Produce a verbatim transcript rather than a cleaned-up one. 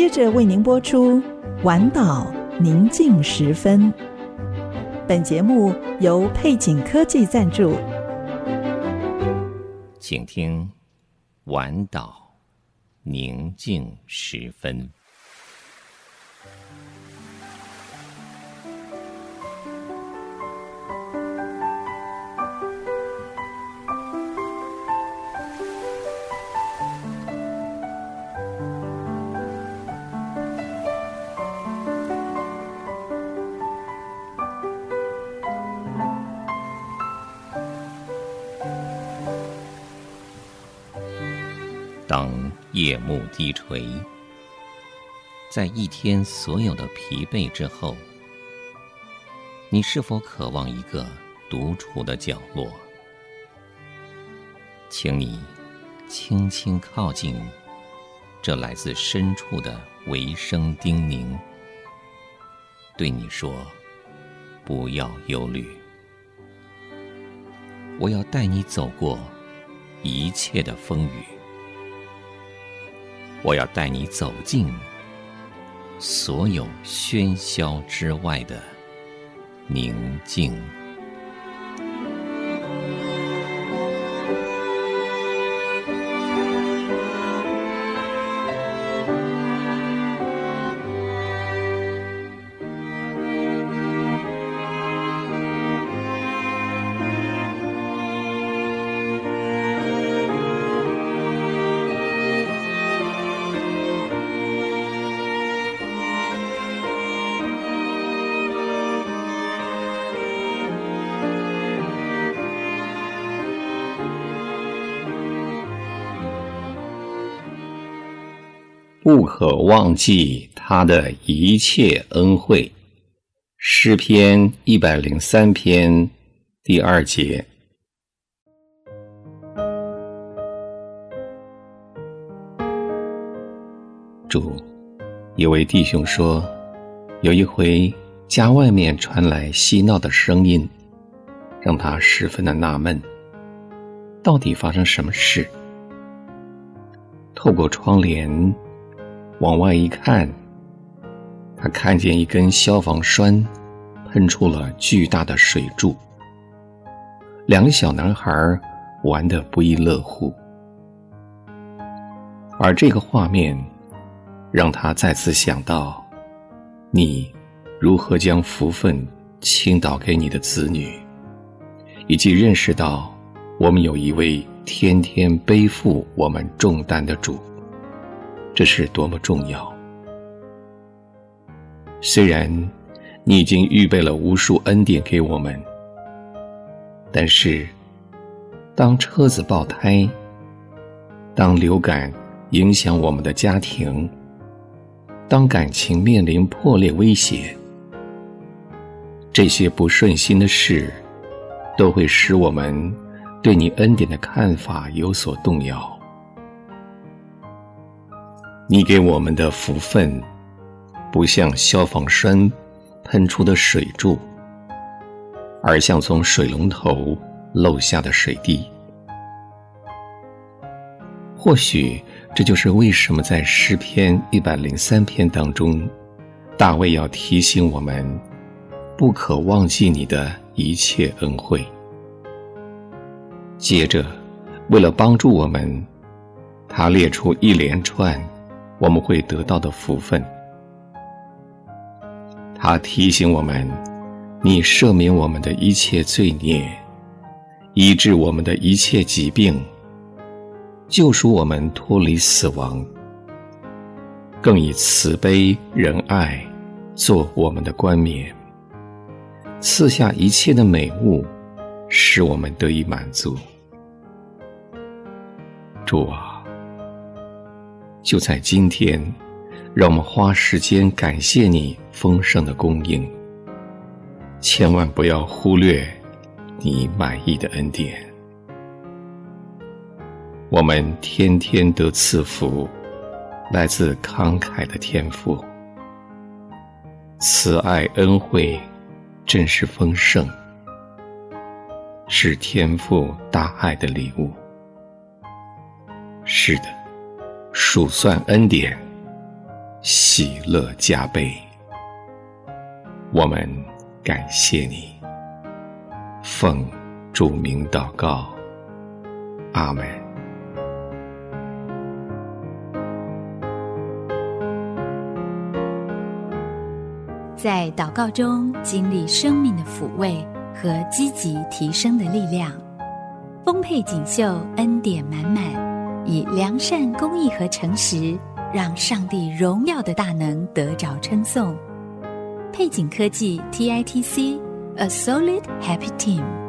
接着为您播出晚岛宁静时分。本节目由配景科技赞助， 请听晚岛宁静时分。当夜幕低垂，在一天所有的疲惫之后，你是否渴望一个独处的角落？请你轻轻靠近这来自深处的微声叮咛，对你说：不要忧虑，我要带你走过一切的风雨，我要带你走进所有喧嚣之外的宁静。 不可忘记他的一切恩惠。诗篇一百零三篇第二节。主，有位弟兄说，有一回家外面传来嬉闹的声音，让他十分的纳闷，到底发生什么事？透过窗帘往外一看，他看见一根消防栓喷出了巨大的水柱，两个小男孩玩得不亦乐乎。而这个画面让他再次想到，你如何将福分倾倒给你的子女，以及认识到我们有一位天天背负我们重担的主，这是多么重要。虽然你已经预备了无数恩典给我们，但是当车子爆胎，当流感影响我们的家庭，当感情面临破裂威胁，这些不顺心的事都会使我们对你恩典的看法有所动摇。你给我们的福分不像消防栓喷出的水柱，而像从水龙头漏下的水滴。或许这就是为什么在诗篇一百零三篇当中，大卫要提醒我们不可忘记你的一切恩惠。接着为了帮助我们，他列出一连串我们会得到的福分。他提醒我们，你赦免我们的一切罪孽，医治我们的一切疾病，救赎我们脱离死亡，更以慈悲仁爱做我们的冠冕，赐下一切的美物，使我们得以满足。主啊，就在今天，让我们花时间感谢你丰盛的供应，千万不要忽略你满意的恩典。我们天天得赐福，来自慷慨的天父，慈爱恩惠真是丰盛，是天父大爱的礼物。是的，数算恩典， 喜乐加倍。我们感谢你，奉主名祷告，阿们。 在祷告中经历生命的抚慰和积极提升的力量，丰沛锦绣，恩典满满，以良善、公义和诚实，让上帝荣耀的大能得着称颂。配景科技 T I T C A Solid Happy Team。